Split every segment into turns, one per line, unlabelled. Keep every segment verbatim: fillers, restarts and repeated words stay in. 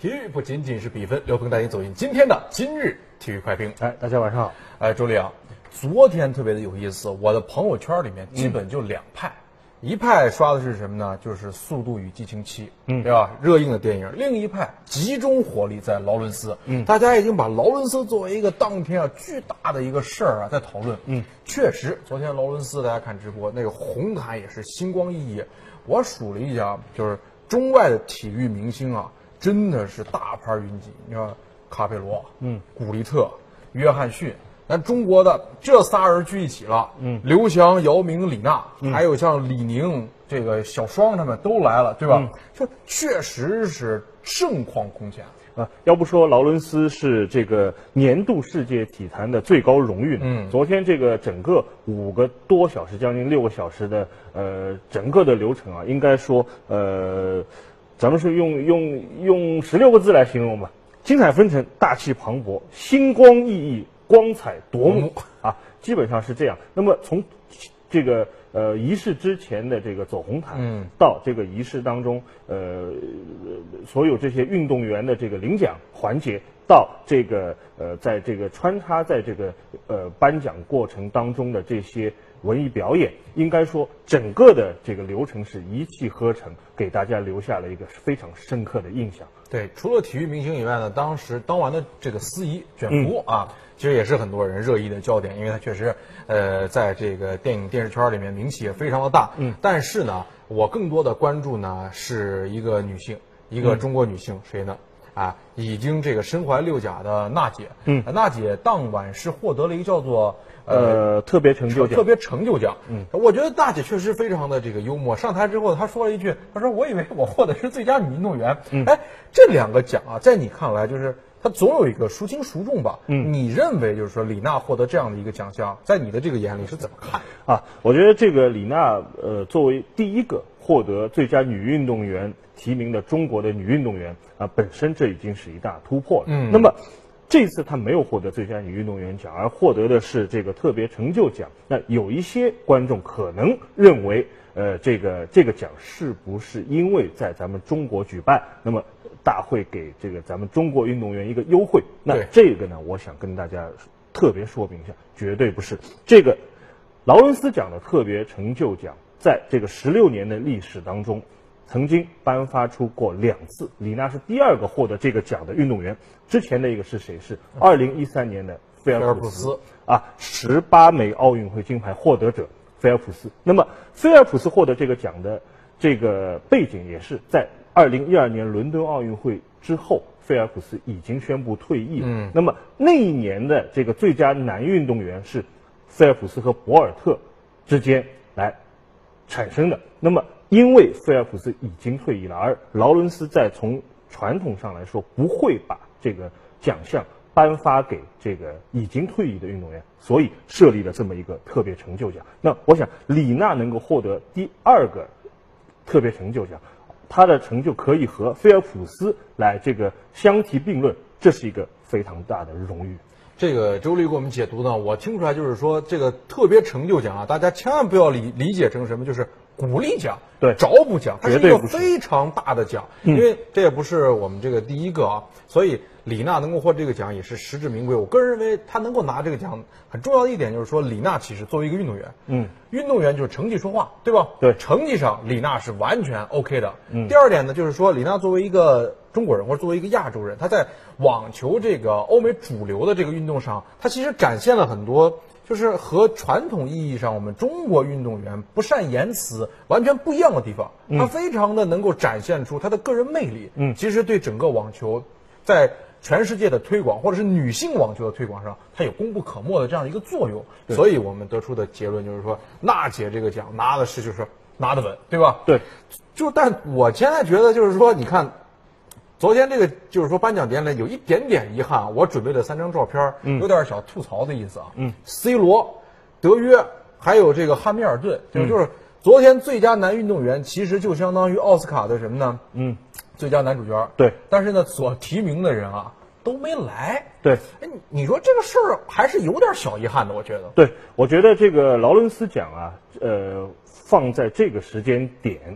体育不仅仅是比分，刘鹏带你走进今天的今日体育快评。
哎，大家晚上好。
哎，周丽啊，昨天特别的有意思，我的朋友圈里面基本就两派，嗯、一派刷的是什么呢？就是《速度与激情七》，嗯，对吧？热映的电影。另一派集中火力在劳伦斯，嗯，大家已经把劳伦斯作为一个当天啊巨大的一个事儿啊在讨论。嗯，确实，昨天劳伦斯大家看直播，那个红毯也是星光熠熠。我数了一下，就是中外的体育明星啊。真的是大牌云集，你看卡佩罗、嗯，古利特、约翰逊，那中国的这仨人聚一起了，嗯，刘翔、姚明、李娜，嗯、还有像李宁、这个小双他们都来了，对吧？嗯、就确实是盛况空前
啊！要不说劳伦斯是这个年度世界体坛的最高荣誉呢？嗯，昨天这个整个五个多小时，将近六个小时的呃整个的流程啊，应该说呃。咱们是用用用十六个字来形容吧，精彩纷呈，大气磅礴，星光熠熠，光彩夺目啊，基本上是这样。那么从这个呃仪式之前的这个走红毯，嗯，到这个仪式当中，呃，所有这些运动员的这个领奖环节，到这个呃在这个穿插在这个呃颁奖过程当中的这些文艺表演，应该说整个的这个流程是一气呵成，给大家留下了一个非常深刻的印象。
对，除了体育明星以外呢，当时当晚的这个司仪卷福、嗯、啊，其实也是很多人热议的焦点，因为他确实呃在这个电影电视圈里面名气也非常的大。嗯，但是呢，我更多的关注呢是一个女性，一个中国女性，谁呢？啊，已经这个身怀六甲的娜姐。嗯，娜姐当晚是获得了一个叫做。
呃，特别成就奖，
特别成就奖。嗯，我觉得大姐确实非常的这个幽默。上台之后，她说了一句：“她说我以为我获的是最佳女运动员。”嗯，哎，这两个奖啊，在你看来，就是它总有一个孰轻孰重吧？嗯，你认为就是说李娜获得这样的一个奖项，在你的这个眼里是怎么看
啊？我觉得这个李娜，呃，作为第一个获得最佳女运动员提名的中国的女运动员啊，本身这已经是一大突破了。嗯，那么。这次他没有获得最佳女运动员奖，而获得的是这个特别成就奖。那有一些观众可能认为，呃，这个这个奖是不是因为在咱们中国举办，那么大会给这个咱们中国运动员一个优惠？那这个呢，我想跟大家特别说明一下，绝对不是。这个劳伦斯奖的特别成就奖，在这个十六年的历史当中。曾经颁发出过两次，李娜是第二个获得这个奖的运动员。之前的一个是谁？是二零一三年的菲尔普斯啊，十八枚奥运会金牌获得者菲尔普斯。那么菲尔普斯获得这个奖的这个背景也是在二零一二年伦敦奥运会之后，菲尔普斯已经宣布退役了。嗯，那么那一年的这个最佳男运动员是菲尔普斯和博尔特之间来产生的。那么因为菲尔普斯已经退役了，而劳伦斯在从传统上来说不会把这个奖项颁发给这个已经退役的运动员，所以设立了这么一个特别成就奖。那我想李娜能够获得第二个特别成就奖，她的成就可以和菲尔普斯来这个相提并论，这是一个非常大的荣誉。
这个周丽给我们解读呢，我听出来就是说这个特别成就奖啊，大家千万不要理理解成什么就是鼓励奖，
对，
着补奖，它是一个非常大的奖，因为这也不是我们这个第一个啊，所以李娜能够获这个奖也是实至名归。我个人认为她能够拿这个奖，很重要的一点就是说，李娜其实作为一个运动员，嗯，运动员就是成绩说话，对吧？
对，
成绩上李娜是完全 OK 的。嗯，第二点呢，就是说李娜作为一个中国人或者作为一个亚洲人，她在网球这个欧美主流的这个运动上，她其实展现了很多。就是和传统意义上我们中国运动员不善言辞完全不一样的地方，他非常的能够展现出他的个人魅力。嗯，其实对整个网球在全世界的推广，或者是女性网球的推广上，它有功不可没的这样一个作用。所以我们得出的结论就是说，娜姐这个奖拿的是就是拿得稳，对吧？
对。
就但我现在觉得就是说，你看。昨天这个就是说颁奖典礼有一点点遗憾，我准备了三张照片，嗯，有点小吐槽的意思啊。嗯 ，C 罗、德约还有这个汉密尔顿，就就是昨天最佳男运动员其实就相当于奥斯卡的什么呢？嗯，最佳男主角。
对，
但是呢，所提名的人啊都没来。
对，
哎，你说这个事儿还是有点小遗憾的，我觉得。
对，我觉得这个劳伦斯奖啊，呃，放在这个时间点。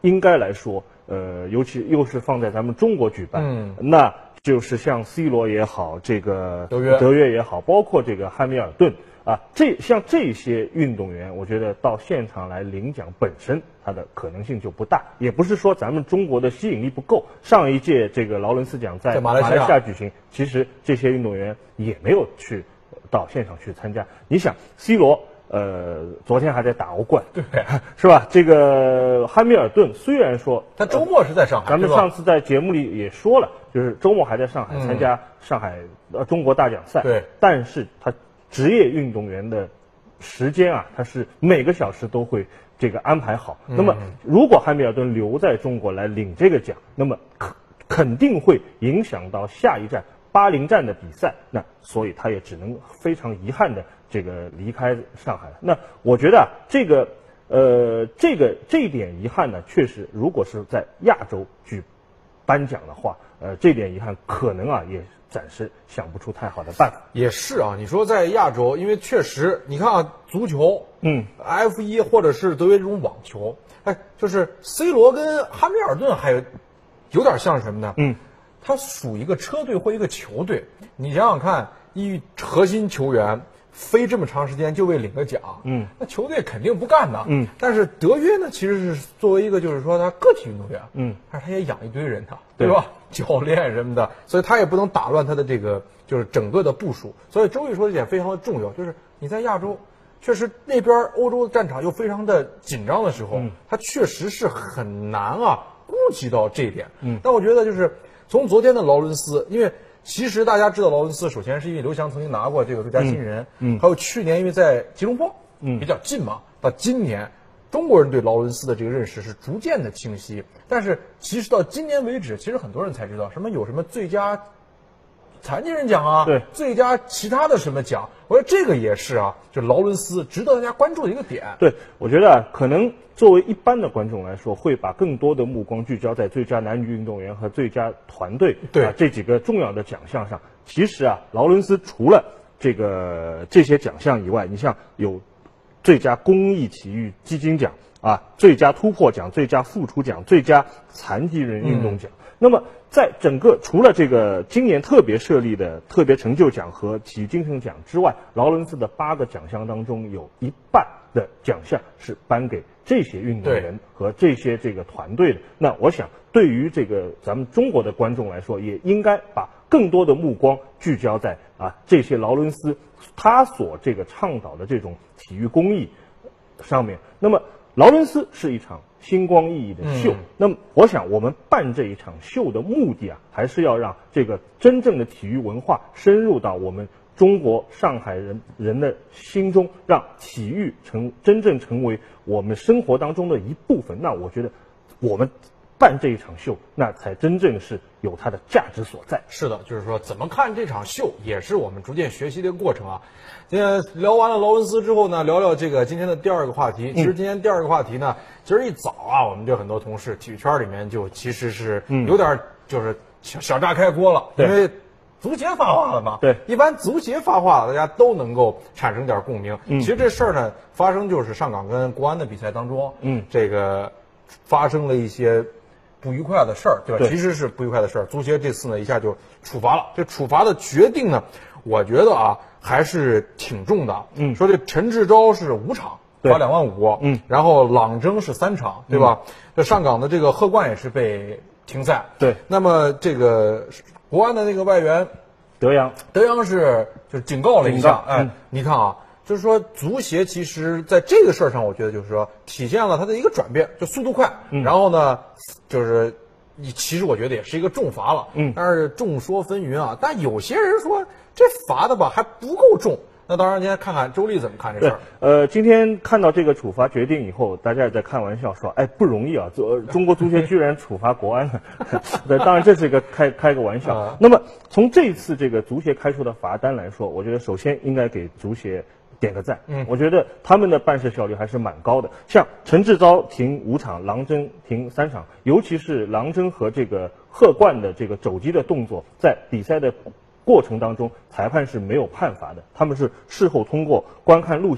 应该来说，呃，尤其又是放在咱们中国举办，
嗯，
那就是像 C 罗也好，这个
德约
德约也好，包括这个汉密尔顿啊，这像这些运动员，我觉得到现场来领奖本身它的可能性就不大，也不是说咱们中国的吸引力不够。上一届这个劳伦斯奖在马来西亚举行，其实这些运动员也没有去到现场去参加。你想 ，C 罗。呃，昨天还在打欧冠，
对，
是吧？这个汉密尔顿虽然说
他周末是在上海，
咱们上次在节目里也说了，就是周末还在上海参加上海呃中国大奖赛，
对，
但是他职业运动员的时间啊，他是每个小时都会这个安排好。那么，如果汉密尔顿留在中国来领这个奖，那么肯肯定会影响到下一站巴林站的比赛，那所以他也只能非常遗憾的这个离开上海。那我觉得啊，这个呃这个这一点遗憾呢，确实如果是在亚洲举颁奖的话，呃这点遗憾可能啊也暂时想不出太好的办法。
也是啊，你说在亚洲，因为确实你看啊，足球，
嗯
，F 一或者是德约这种网球，哎，就是 C 罗跟汉密尔顿还有有点像什么呢？
嗯。
他属一个车队或一个球队，你想想看，一核心球员飞这么长时间就为领个奖，
嗯，
那球队肯定不干的，
嗯。
但是德约呢，其实是作为一个就是说他个体运动员，
嗯，
但是他也养一堆人他，对吧？教练什么的，所以他也不能打乱他的这个就是整个的部署。所以周毅说的一点非常的重要，就是你在亚洲，确实那边欧洲的战场又非常的紧张的时候，
嗯，
他确实是很难啊顾及到这一点。
嗯，
但我觉得就是。从昨天的劳伦斯，因为其实大家知道劳伦斯，首先是因为刘翔曾经拿过这个最佳新人，
嗯，嗯
还有去年因为在吉隆坡，
嗯，
比较近嘛，到今年中国人对劳伦斯的这个认识是逐渐的清晰，但是其实到今年为止，其实很多人才知道什么有什么最佳残疾人奖啊，
对，
最佳其他的什么奖，我觉得这个也是啊，就劳伦斯值得大家关注的一个点。
对，我觉得啊，可能作为一般的观众来说，会把更多的目光聚焦在最佳男女运动员和最佳团队
对、
啊、这几个重要的奖项上。其实啊，劳伦斯除了这个这些奖项以外，你像有最佳公益体育基金奖啊、最佳突破奖、最佳付出奖、最佳残疾人运动奖。嗯、那么，在整个除了这个今年特别设立的特别成就奖和体育精神奖之外，劳伦斯的八个奖项当中，有一半的奖项是颁给这些运动员和这些这个团队的。那我想，对于这个咱们中国的观众来说，也应该把更多的目光聚焦在啊这些劳伦斯他所这个倡导的这种体育公益上面。那么，劳伦斯是一场星光熠熠的秀。嗯、那么，我想我们办这一场秀的目的啊，还是要让这个真正的体育文化深入到我们中国上海人人的心中，让体育成真正成为我们生活当中的一部分。那我觉得，我们办这一场秀，那才真正是有它的价值所在。
是的，就是说怎么看这场秀，也是我们逐渐学习的一个过程啊。今天聊完了劳伦斯之后呢，聊聊这个今天的第二个话题。其实今天第二个话题呢，今儿一早啊，我们就很多同事体育圈里面就其实是有点就是小小炸开锅了，因为足协发话了嘛。
对，
一般足协发话，大家都能够产生点共鸣。
嗯，
其实这事儿呢，发生就是上港跟国安的比赛当中，
嗯，
这个发生了一些不愉快的事儿，对吧？
对，
其实是不愉快的事儿。足协这次呢，一下就处罚了。这处罚的决定呢，我觉得啊，还是挺重的。
嗯，
说这陈志钊是五场，罚两万五。
嗯，
然后朗征是三场，对吧？这、嗯、上港的这个贺冠也是被停赛。
对。
那么这个国安的那个外援
德阳，
德阳是就是警告了一下。哎，
嗯、
你看啊。就是说，足协其实在这个事儿上，我觉得就是说体现了他的一个转变，就速度快。
嗯、
然后呢，就是你其实我觉得也是一个重罚了。
嗯。
但是众说纷纭啊，但有些人说这罚的吧还不够重。那当然，今天看看周丽怎么看这事儿。
呃，今天看到这个处罚决定以后，大家也在开玩笑说，哎，不容易啊，中国足协居然处罚国安了。对，当然这是一个开开个玩笑。
啊、
那么从这次这个足协开出的罚单来说，我觉得首先应该给足协点个赞。
嗯，
我觉得他们的办事效率还是蛮高的。像陈志钊停五场，郎征停三场，尤其是郎征和这个贺冠的这个肘击的动作，在比赛的过程当中，裁判是没有判罚的，他们是事后通过观看录像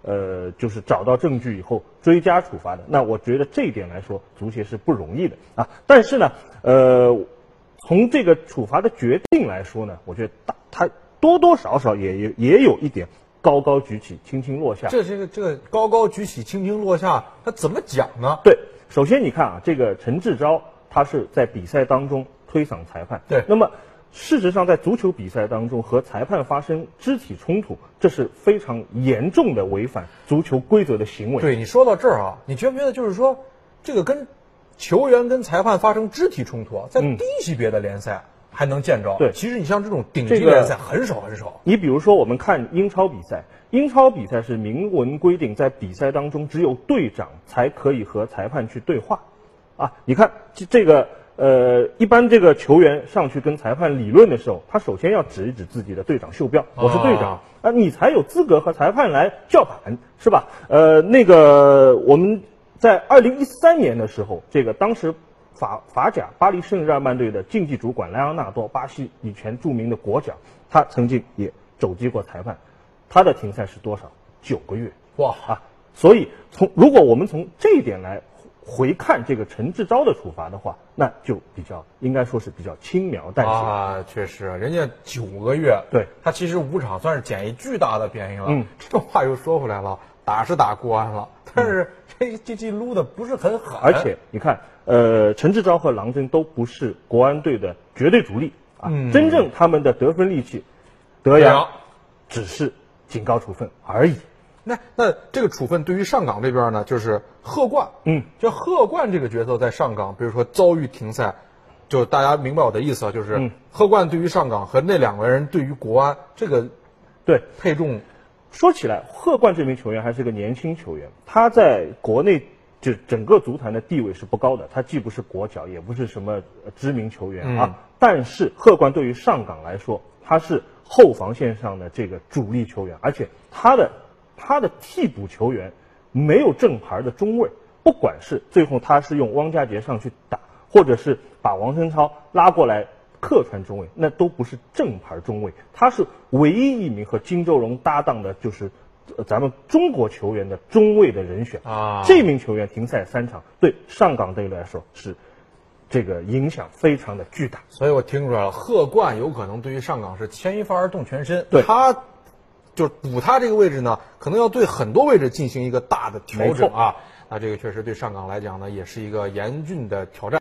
呃，就是找到证据以后追加处罚的。那我觉得这一点来说，足协是不容易的啊。但是呢，呃，从这个处罚的决定来说呢，我觉得大他多多少少也也也有一点高高举起，轻轻落下。
这这个这个高高举起，轻轻落下，他怎么讲呢？
对，首先你看啊，这个陈志钊他是在比赛当中推搡裁判，
对，
那么。事实上，在足球比赛当中和裁判发生肢体冲突，这是非常严重的违反足球规则的行为。
对，你说到这儿啊，你觉不觉得就是说，这个跟球员跟裁判发生肢体冲突啊，在低级别的联赛还能见着。
对，
其实你像这种顶级联赛很少很少。
你比如说，我们看英超比赛，英超比赛是明文规定，在比赛当中只有队长才可以和裁判去对话。啊，你看这个。呃，一般这个球员上去跟裁判理论的时候，他首先要指一指自己的队长袖标，我是队长啊，你才有资格和裁判来叫板，是吧？呃，那个我们在二零一三年的时候，这个当时法法甲巴黎圣日耳曼队的竞技主管莱昂纳多，巴西以前著名的国脚，他曾经也肘击过裁判，他的停赛是多少？九个月。
哇
啊！所以从如果我们从这一点来回看这个陈志钊的处罚的话，那就比较应该说是比较轻描淡写
啊。确实，人家九个月，
对
他其实五场算是捡一巨大的便宜了。
嗯，
这话又说回来了，打是打国安了，但是这这记撸的不是很狠。
而且你看，呃，陈志钊和郎真都不是国安队的绝对主力啊，
嗯、
真正他们的得分利器，德阳只是警告处分而已。
那那这个处分对于上港这边呢，就是贺冠，
嗯，
就贺冠这个角色在上港，比如说遭遇停赛，就大家明白我的意思啊，就是、嗯、贺冠对于上港和那两个人对于国安这个
对
配重，
说起来，贺冠这名球员还是个年轻球员，他在国内就整个足坛的地位是不高的，他既不是国脚，也不是什么知名球员啊，
嗯、
但是贺冠对于上港来说，他是后防线上的这个主力球员，而且他的。他的替补球员没有正牌的中卫，不管是最后他是用汪家杰上去打，或者是把王申超拉过来客串中卫，那都不是正牌中卫。他是唯一一名和金周荣搭档的，就是呃咱们中国球员的中卫的人选
啊。
这名球员停赛三场，对上港队来说是这个影响非常的巨大。
所以我听出来了，贺冠有可能对于上港是牵一发而动全身。
对
他。就补他这个位置呢，可能要对很多位置进行一个大的调整啊。那这个确实对上港来讲呢，也是一个严峻的挑战。